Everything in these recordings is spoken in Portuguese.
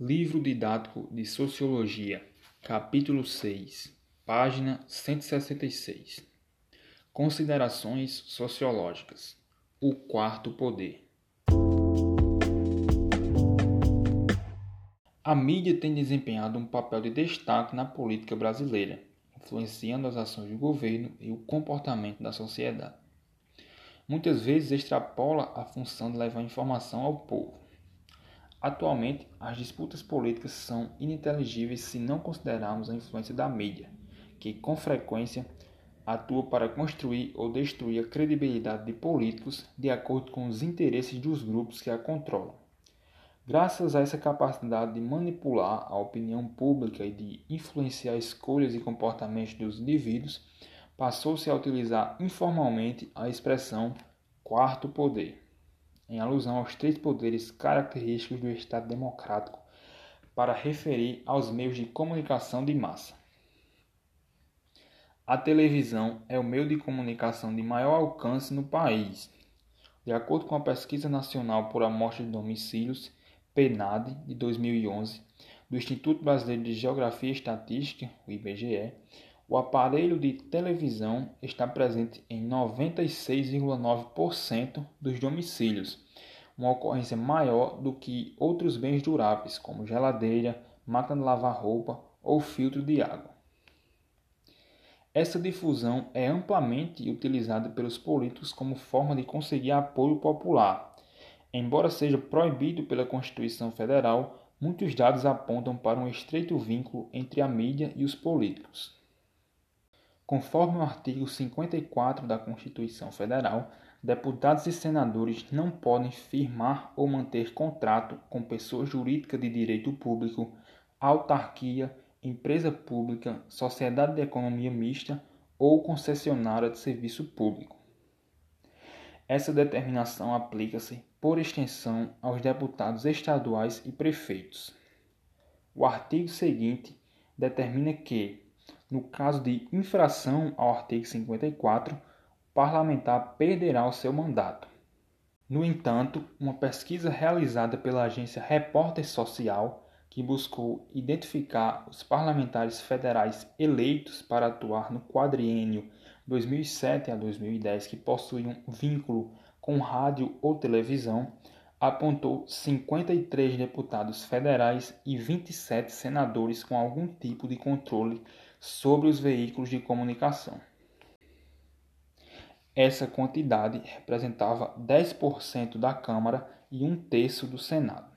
Livro didático de Sociologia, capítulo 6, página 166. Considerações sociológicas. O quarto poder. A mídia tem desempenhado um papel de destaque na política brasileira, influenciando as ações do governo e o comportamento da sociedade. Muitas vezes extrapola a função de levar informação ao povo. Atualmente, as disputas políticas são ininteligíveis se não considerarmos a influência da mídia, que com frequência atua para construir ou destruir a credibilidade de políticos de acordo com os interesses dos grupos que a controlam. Graças a essa capacidade de manipular a opinião pública e de influenciar escolhas e comportamentos dos indivíduos, passou-se a utilizar informalmente a expressão quarto poder, em alusão aos três poderes característicos do Estado democrático, para referir aos meios de comunicação de massa. A televisão é o meio de comunicação de maior alcance no país. De acordo com a Pesquisa Nacional por Amostra de Domicílios, PNAD, de 2011, do Instituto Brasileiro de Geografia e Estatística, o IBGE, o aparelho de televisão está presente em 96,9% dos domicílios, uma ocorrência maior do que outros bens duráveis, como geladeira, máquina de lavar roupa ou filtro de água. Essa difusão é amplamente utilizada pelos políticos como forma de conseguir apoio popular. Embora seja proibido pela Constituição Federal, muitos dados apontam para um estreito vínculo entre a mídia e os políticos. Conforme o artigo 54 da Constituição Federal, deputados e senadores não podem firmar ou manter contrato com pessoa jurídica de direito público, autarquia, empresa pública, sociedade de economia mista ou concessionária de serviço público. Essa determinação aplica-se, por extensão, aos deputados estaduais e prefeitos. O artigo seguinte determina que, no caso de infração ao artigo 54, o parlamentar perderá o seu mandato. No entanto, uma pesquisa realizada pela agência Repórter Social, que buscou identificar os parlamentares federais eleitos para atuar no quadriênio 2007 a 2010 que possuem um vínculo com rádio ou televisão, apontou 53 deputados federais e 27 senadores com algum tipo de controle sobre os veículos de comunicação. Essa quantidade representava 10% da Câmara e 1/3 do Senado.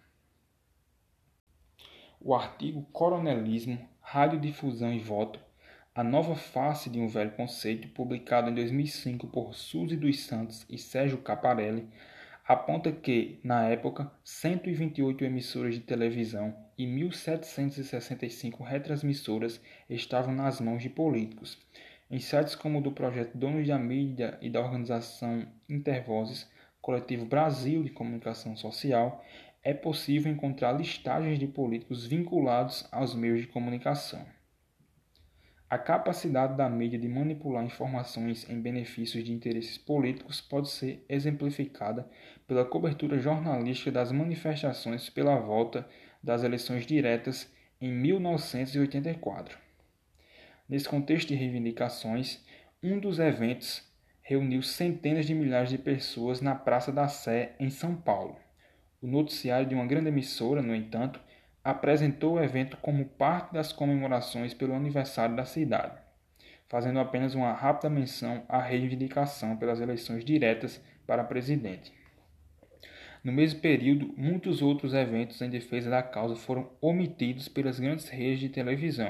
O artigo Coronelismo, Radiodifusão e Voto, a nova face de um velho conceito, publicado em 2005 por Suzy dos Santos e Sérgio Caparelli, aponta que, na época, 128 emissoras de televisão e 1.765 retransmissoras estavam nas mãos de políticos. Em sites como o do projeto Donos da Mídia e da organização Intervozes, Coletivo Brasil de Comunicação Social, é possível encontrar listagens de políticos vinculados aos meios de comunicação. A capacidade da mídia de manipular informações em benefícios de interesses políticos pode ser exemplificada pela cobertura jornalística das manifestações pela volta das eleições diretas em 1984. Nesse contexto de reivindicações, um dos eventos reuniu centenas de milhares de pessoas na Praça da Sé, em São Paulo. O noticiário de uma grande emissora, no entanto, apresentou o evento como parte das comemorações pelo aniversário da cidade, fazendo apenas uma rápida menção à reivindicação pelas eleições diretas para presidente. No mesmo período, muitos outros eventos em defesa da causa foram omitidos pelas grandes redes de televisão.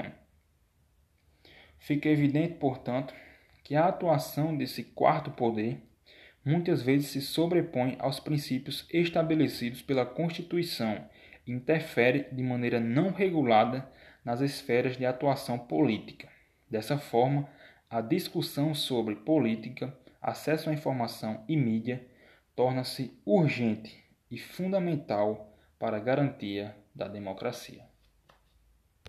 Fica evidente, portanto, que a atuação desse quarto poder muitas vezes se sobrepõe aos princípios estabelecidos pela Constituição e interfere de maneira não regulada nas esferas de atuação política. Dessa forma, a discussão sobre política, acesso à informação e mídia torna-se urgente e fundamental para a garantia da democracia.